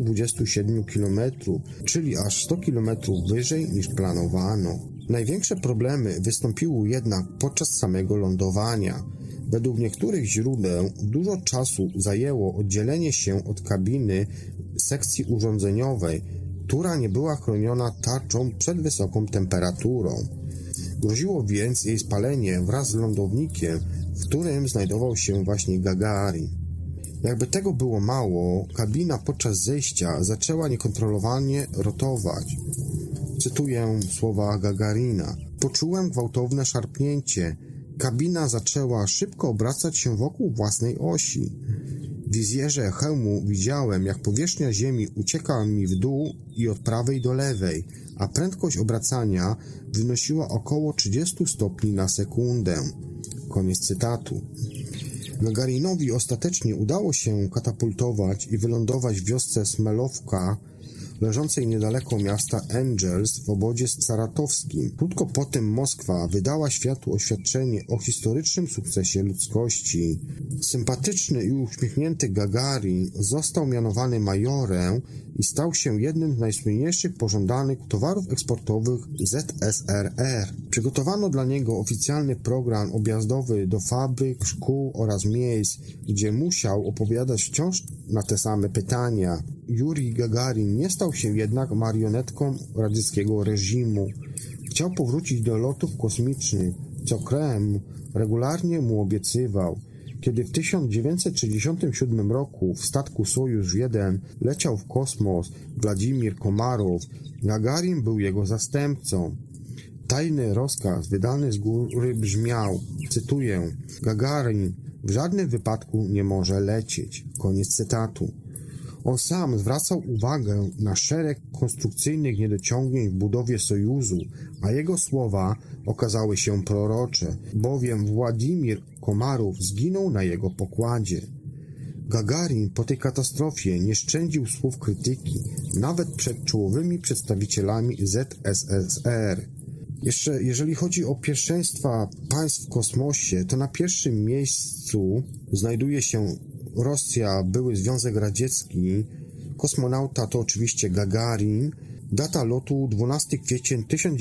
327 km, czyli aż 100 km wyżej niż planowano. Największe problemy wystąpiły jednak podczas samego lądowania. Według niektórych źródeł dużo czasu zajęło oddzielenie się od kabiny sekcji urządzeniowej, która nie była chroniona tarczą przed wysoką temperaturą. Groziło więc jej spalenie wraz z lądownikiem, w którym znajdował się właśnie Gagarin. Jakby tego było mało, kabina podczas zejścia zaczęła niekontrolowanie rotować. Cytuję słowa Gagarina: poczułem gwałtowne szarpnięcie. Kabina zaczęła szybko obracać się wokół własnej osi. W wizjerze hełmu widziałem, jak powierzchnia Ziemi ucieka mi w dół i od prawej do lewej, a prędkość obracania wynosiła około 30 stopni na sekundę. Koniec cytatu. Gagarinowi ostatecznie udało się katapultować i wylądować w wiosce Smelówka, leżącej niedaleko miasta Angels w obozie saratowskim. Krótko potem Moskwa wydała światu oświadczenie o historycznym sukcesie ludzkości. Sympatyczny i uśmiechnięty Gagarin został mianowany majorem i stał się jednym z najsłynniejszych pożądanych towarów eksportowych ZSRR. Przygotowano dla niego oficjalny program objazdowy do fabryk, szkół oraz miejsc, gdzie musiał opowiadać wciąż na te same pytania. Jurij Gagarin nie stał się jednak marionetką radzieckiego reżimu. Chciał powrócić do lotów kosmicznych, co Kreml regularnie mu obiecywał. Kiedy w 1967 roku w statku Sojusz-1 leciał w kosmos Władimir Komarow, Gagarin był jego zastępcą. Tajny rozkaz wydany z góry brzmiał, cytuję: Gagarin w żadnym wypadku nie może lecieć. Koniec cytatu. On sam zwracał uwagę na szereg konstrukcyjnych niedociągnięć w budowie Sojuzu, a jego słowa okazały się prorocze, bowiem Władimir Komarow zginął na jego pokładzie. Gagarin po tej katastrofie nie szczędził słów krytyki, nawet przed czołowymi przedstawicielami ZSRR. Jeszcze jeżeli chodzi o pierwszeństwa państw w kosmosie, to na pierwszym miejscu znajduje się Rosja, były Związek Radziecki, kosmonauta to oczywiście Gagarin, data lotu 12 kwiecień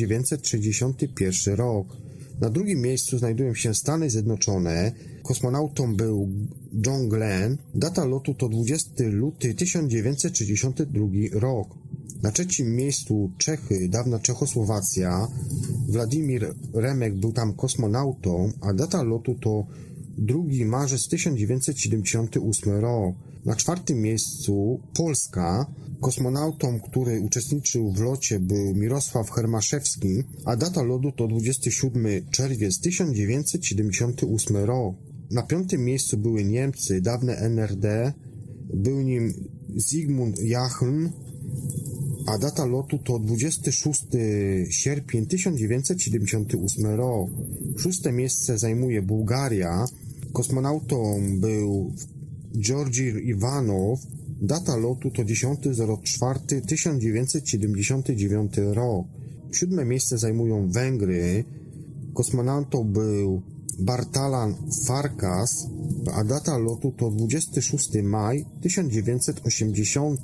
1961 rok. Na drugim miejscu znajdują się Stany Zjednoczone, kosmonautą był John Glenn, data lotu to 20 luty 1962 rok. Na trzecim miejscu Czechy, dawna Czechosłowacja, Władimir Remek był tam kosmonautą, a data lotu to 2 marzec 1978 rok. Na czwartym miejscu Polska. Kosmonautą, który uczestniczył w locie, był Mirosław Hermaszewski, a data lotu to 27 czerwiec 1978 rok. Na 5. miejscu były Niemcy, dawne NRD, był nim Zygmunt Jachn, a data lotu to 26 sierpień 1978 rok. 6. miejsce zajmuje Bułgaria, kosmonautą był Georgi Iwanow, data lotu to 10.04.1979 rok. 7. miejsce zajmują Węgry, kosmonautą był Bartalan Farkas, a data lotu to 26 maj 1980.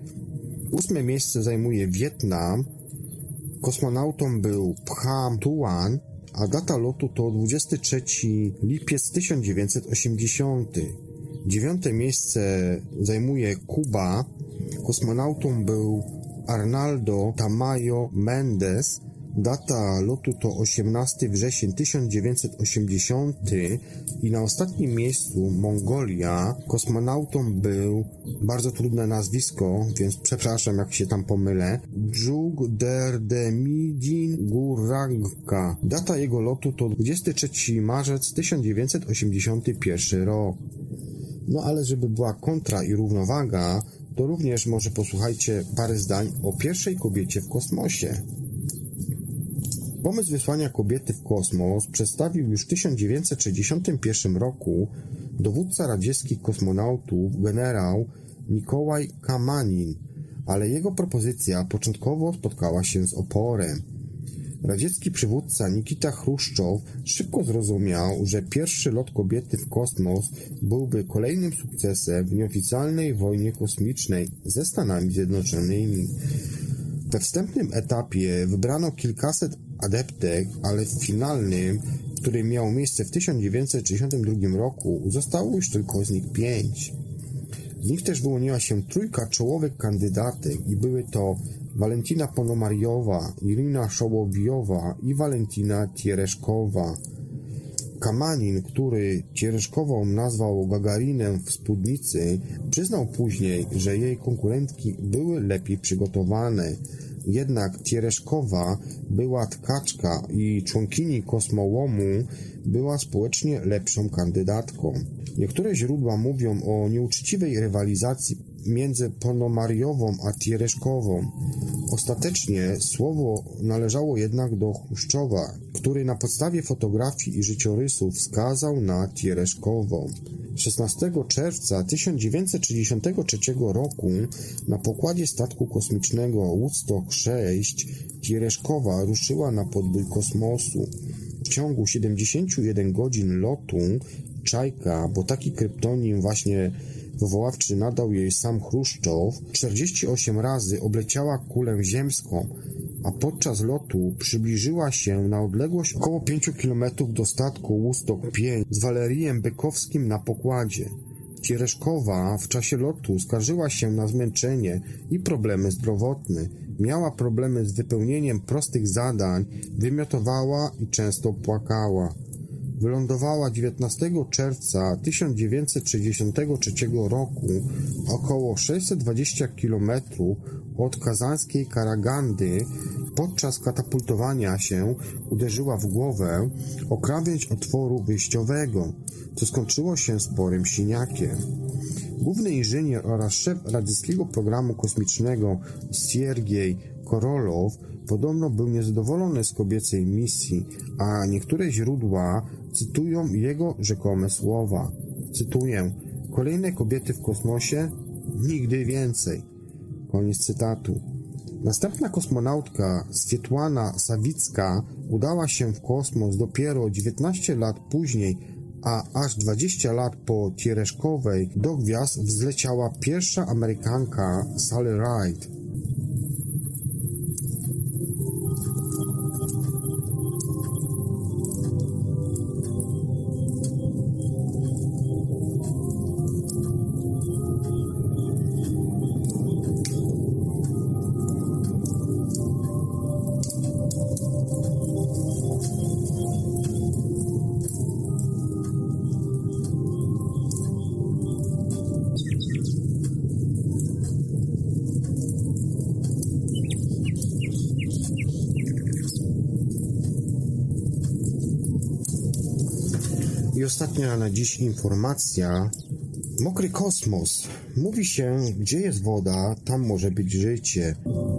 8. miejsce zajmuje Wietnam, kosmonautą był Pham Tuan, a data lotu to 23 lipiec 1980. 9. miejsce zajmuje Kuba, kosmonautą był Arnaldo Tamayo Mendes, data lotu to 18 wrzesień 1980 i na ostatnim miejscu Mongolia, kosmonautą był, bardzo trudne nazwisko, więc przepraszam jak się tam pomylę, Jugderdemidin Guragka. Data jego lotu to 23 marzec 1981 rok. No ale żeby była kontra i równowaga, to również może posłuchajcie parę zdań o pierwszej kobiecie w kosmosie. Pomysł wysłania kobiety w kosmos przedstawił już w 1961 roku dowódca radzieckich kosmonautów generał Nikołaj Kamanin, ale jego propozycja początkowo spotkała się z oporem. Radziecki przywódca Nikita Chruszczow szybko zrozumiał, że pierwszy lot kobiety w kosmos byłby kolejnym sukcesem w nieoficjalnej wojnie kosmicznej ze Stanami Zjednoczonymi. We wstępnym etapie wybrano kilkaset adeptek, ale w finalnym, który miał miejsce w 1962 roku, zostało już tylko z nich 5. Z nich też wyłoniła się 3 czołowych kandydatek i były to Walentina Ponomariowa, Irina Szołowijowa i Walentina Tiereszkowa. Kamanin, który Tiereszkową nazwał Gagarinem w spódnicy, przyznał później, że jej konkurentki były lepiej przygotowane. Jednak Tiereszkowa była tkaczka i członkini kosmołomu była społecznie lepszą kandydatką. Niektóre źródła mówią o nieuczciwej rywalizacji między Ponomariową a Tiereszkową. Ostatecznie słowo należało jednak do Chruszczowa, który na podstawie fotografii i życiorysów wskazał na Tiereszkową. 16 czerwca 1963 roku na pokładzie statku kosmicznego Woodstock 6 Tiereszkowa ruszyła na podbój kosmosu. W ciągu 71 godzin lotu Czajka, bo taki kryptonim właśnie wywoławczy nadał jej sam Chruszczow, 48 razy obleciała kulę ziemską, a podczas lotu przybliżyła się na odległość około 5 km do statku Woodstock 5 z Walerijem Bykowskim na pokładzie. Tiereszkowa w czasie lotu skarżyła się na zmęczenie i problemy zdrowotne. Miała problemy z wypełnieniem prostych zadań, wymiotowała i często płakała. Wylądowała 19 czerwca 1963 roku około 620 km od kazańskiej Karagandy. Podczas katapultowania się uderzyła w głowę o krawędź otworu wyjściowego, co skończyło się sporym siniakiem. Główny inżynier oraz szef radzieckiego programu kosmicznego Siergiej Korolow podobno był niezadowolony z kobiecej misji, a niektóre źródła cytują jego rzekome słowa. Cytuję: kolejne kobiety w kosmosie? Nigdy więcej. Koniec cytatu. Następna kosmonautka Swietłana Sawicka udała się w kosmos dopiero 19 lat później, a aż 20 lat po Tiereszkowej do gwiazd wzleciała pierwsza Amerykanka Sally Ride. I ostatnia na dziś informacja. Mokry kosmos. Mówi się, gdzie jest woda, tam może być życie.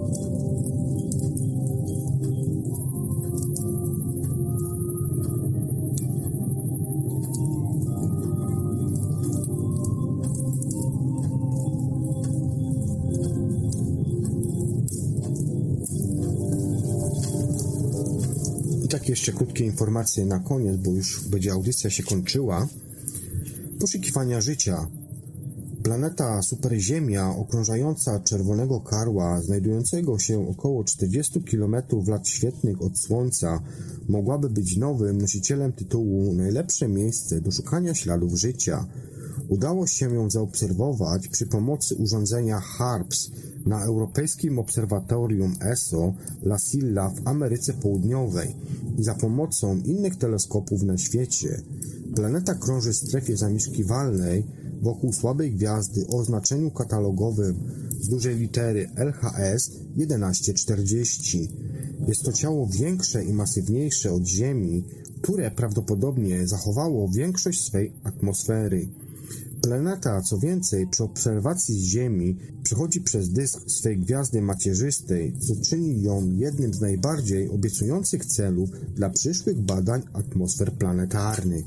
I tak jeszcze krótkie informacje na koniec, bo już będzie audycja się kończyła. Poszukiwania życia. Planeta Superziemia, okrążająca czerwonego karła, znajdującego się około 40 km lat świetlnych od Słońca, mogłaby być nowym nosicielem tytułu Najlepsze miejsce do szukania śladów życia. Udało się ją zaobserwować przy pomocy urządzenia HARPS na Europejskim Obserwatorium ESO La Silla w Ameryce Południowej i za pomocą innych teleskopów na świecie. Planeta krąży w strefie zamieszkiwalnej wokół słabej gwiazdy o oznaczeniu katalogowym z dużej litery LHS 1140. Jest to ciało większe i masywniejsze od Ziemi, które prawdopodobnie zachowało większość swej atmosfery. Planeta, co więcej, przy obserwacji z Ziemi przechodzi przez dysk swej gwiazdy macierzystej, co czyni ją jednym z najbardziej obiecujących celów dla przyszłych badań atmosfer planetarnych.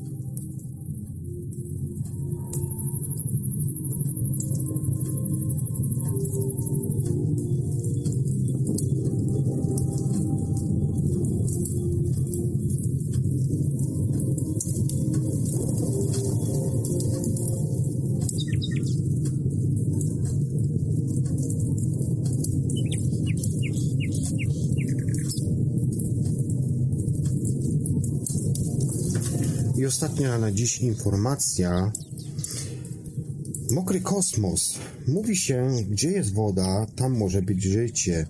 I ostatnia na dziś informacja. Mokry kosmos. Mówi się, gdzie jest woda, tam może być życie.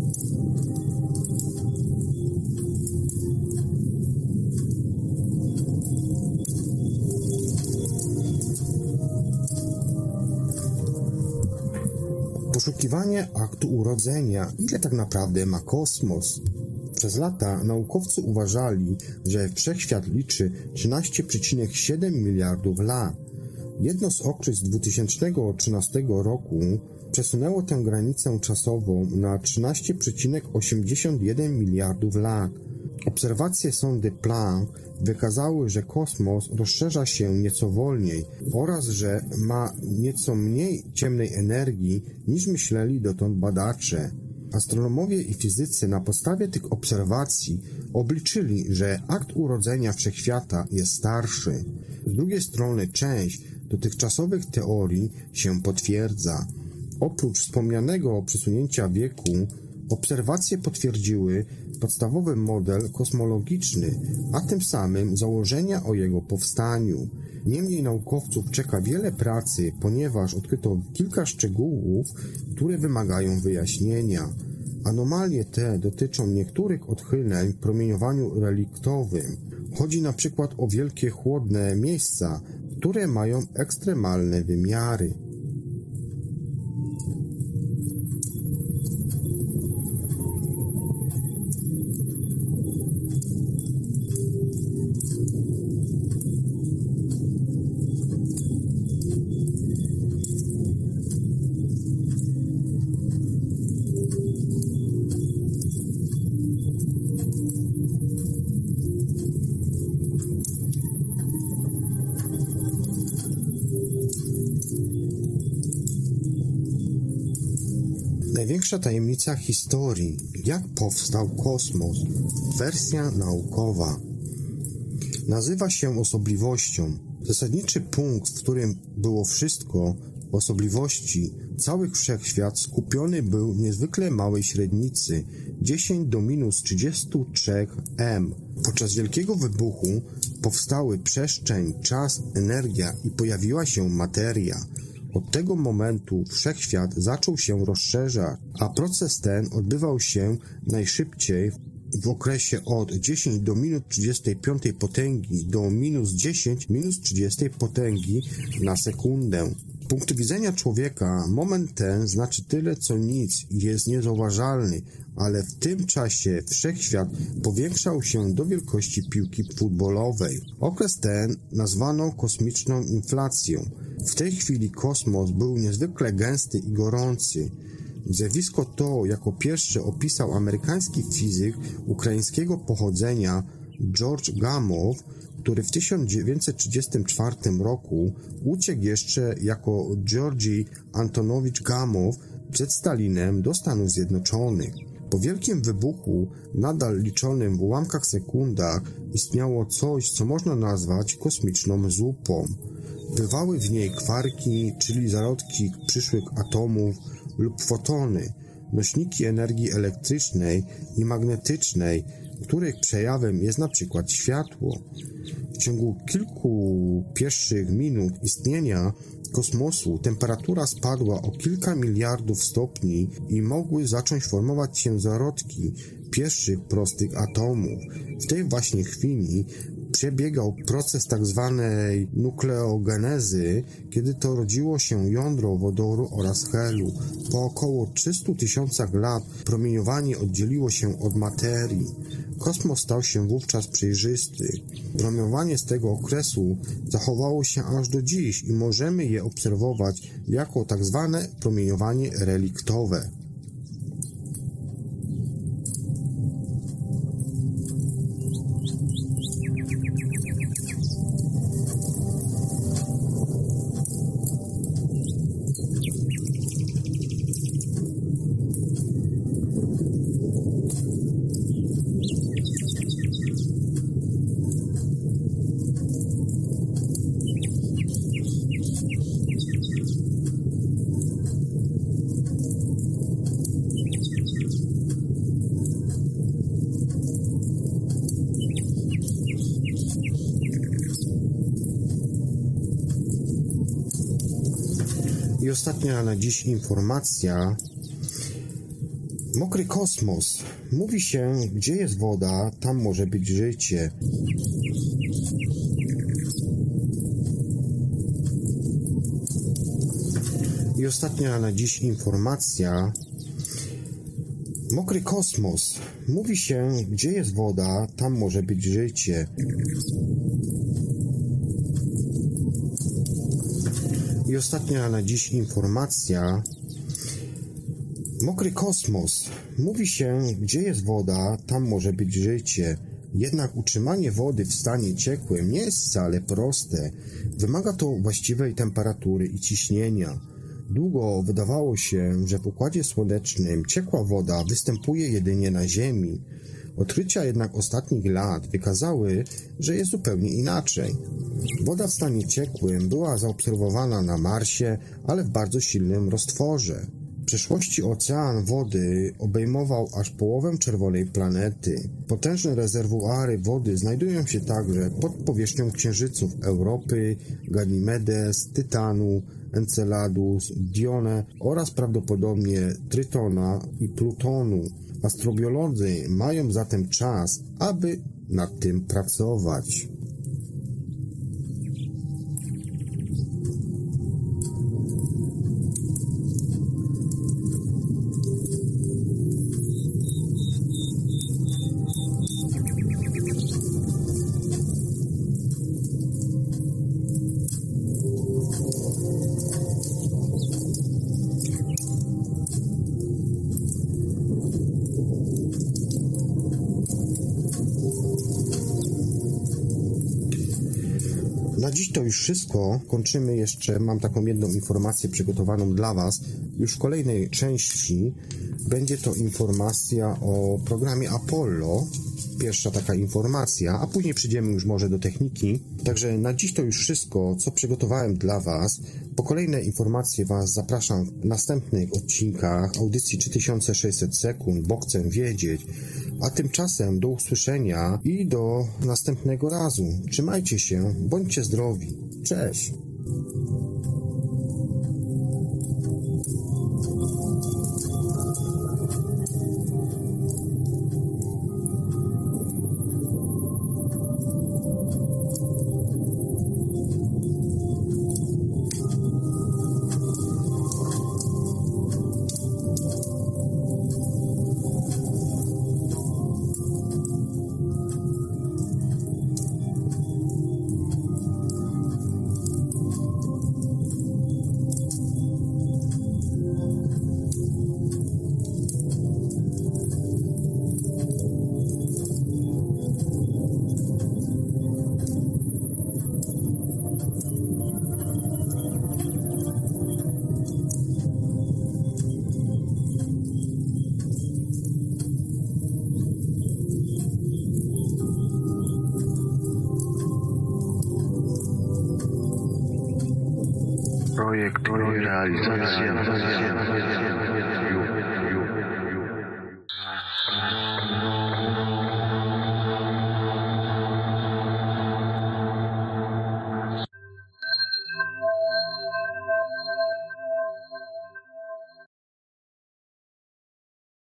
Poszukiwanie aktu urodzenia. Ile tak naprawdę ma kosmos? Przez lata naukowcy uważali, że wszechświat liczy 13,7 miliardów lat. Jedno z odkryć z 2013 roku przesunęło tę granicę czasową na 13,81 miliardów lat. Obserwacje sondy Planck wykazały, że kosmos rozszerza się nieco wolniej oraz że ma nieco mniej ciemnej energii niż myśleli dotąd badacze. Astronomowie i fizycy na podstawie tych obserwacji obliczyli, że akt urodzenia wszechświata jest starszy. Z drugiej strony część dotychczasowych teorii się potwierdza. Oprócz wspomnianego przesunięcia wieku, obserwacje potwierdziły podstawowy model kosmologiczny, a tym samym założenia o jego powstaniu. Niemniej naukowców czeka wiele pracy, ponieważ odkryto kilka szczegółów, które wymagają wyjaśnienia. Anomalie te dotyczą niektórych odchyleń w promieniowaniu reliktowym. Chodzi na przykład o wielkie chłodne miejsca, które mają ekstremalne wymiary. Największa tajemnica historii. Jak powstał kosmos? Wersja naukowa. Nazywa się osobliwością. Zasadniczy punkt, w którym było wszystko, osobliwości, cały wszechświat skupiony był w niezwykle małej średnicy 10 do minus 33 m. Podczas wielkiego wybuchu powstały przestrzeń, czas, energia i pojawiła się materia. Od tego momentu wszechświat zaczął się rozszerzać, a proces ten odbywał się najszybciej w okresie od 10 do minus 35 potęgi do minus 10 minus 30 potęgi na sekundę. Z punktu widzenia człowieka moment ten znaczy tyle co nic i jest niezauważalny, ale w tym czasie wszechświat powiększał się do wielkości piłki futbolowej. Okres ten nazwano kosmiczną inflacją. W tej chwili kosmos był niezwykle gęsty i gorący. Zjawisko to jako pierwszy opisał amerykański fizyk ukraińskiego pochodzenia George Gamow, który w 1934 roku uciekł jeszcze jako Georgi Antonowicz Gamow przed Stalinem do Stanów Zjednoczonych. Po wielkim wybuchu, nadal liczonym w ułamkach sekundach, istniało coś, co można nazwać kosmiczną zupą. Bywały w niej kwarki, czyli zarodki przyszłych atomów lub fotony, nośniki energii elektrycznej i magnetycznej, których przejawem jest na przykład światło. W ciągu kilku pierwszych minut istnienia kosmosu temperatura spadła o kilka miliardów stopni i mogły zacząć formować się zarodki pierwszych prostych atomów. W tej właśnie chwili przebiegał proces tzw. nukleogenezy, kiedy to rodziło się jądro wodoru oraz helu. Po około 300 tysiącach lat promieniowanie oddzieliło się od materii. Kosmos stał się wówczas przejrzysty. Promieniowanie z tego okresu zachowało się aż do dziś i możemy je obserwować jako tzw. promieniowanie reliktowe. I ostatnia na dziś informacja. Mokry kosmos. Mówi się, gdzie jest woda, tam może być życie. I ostatnia na dziś informacja. Mokry kosmos. Mówi się, gdzie jest woda, tam może być życie. I ostatnia na dziś informacja. Mokry kosmos. Mówi się, gdzie jest woda, tam może być życie. Jednak utrzymanie wody w stanie ciekłym nie jest wcale proste. Wymaga to właściwej temperatury i ciśnienia. Długo wydawało się, że w Układzie Słonecznym ciekła woda występuje jedynie na Ziemi. Odkrycia jednak ostatnich lat wykazały, że jest zupełnie inaczej. Woda w stanie ciekłym była zaobserwowana na Marsie, ale w bardzo silnym roztworze. W przeszłości ocean wody obejmował aż połowę czerwonej planety. Potężne rezerwuary wody znajdują się także pod powierzchnią księżyców Europy, Ganimedes, Tytanu, Enceladus, Dione oraz prawdopodobnie Trytona i Plutonu. Astrobiolodzy mają zatem czas, aby nad tym pracować. Na dziś to już wszystko. Kończymy jeszcze, mam taką jedną informację przygotowaną dla Was. Już w kolejnej części będzie to informacja o programie Apollo. Pierwsza taka informacja, a później przejdziemy już może do techniki. Także na dziś to już wszystko, co przygotowałem dla Was. Po kolejne informacje Was zapraszam w następnych odcinkach audycji 3600 sekund, bo chcę wiedzieć. A tymczasem do usłyszenia i do następnego razu. Trzymajcie się, bądźcie zdrowi. Cześć! Projekt i realizacja.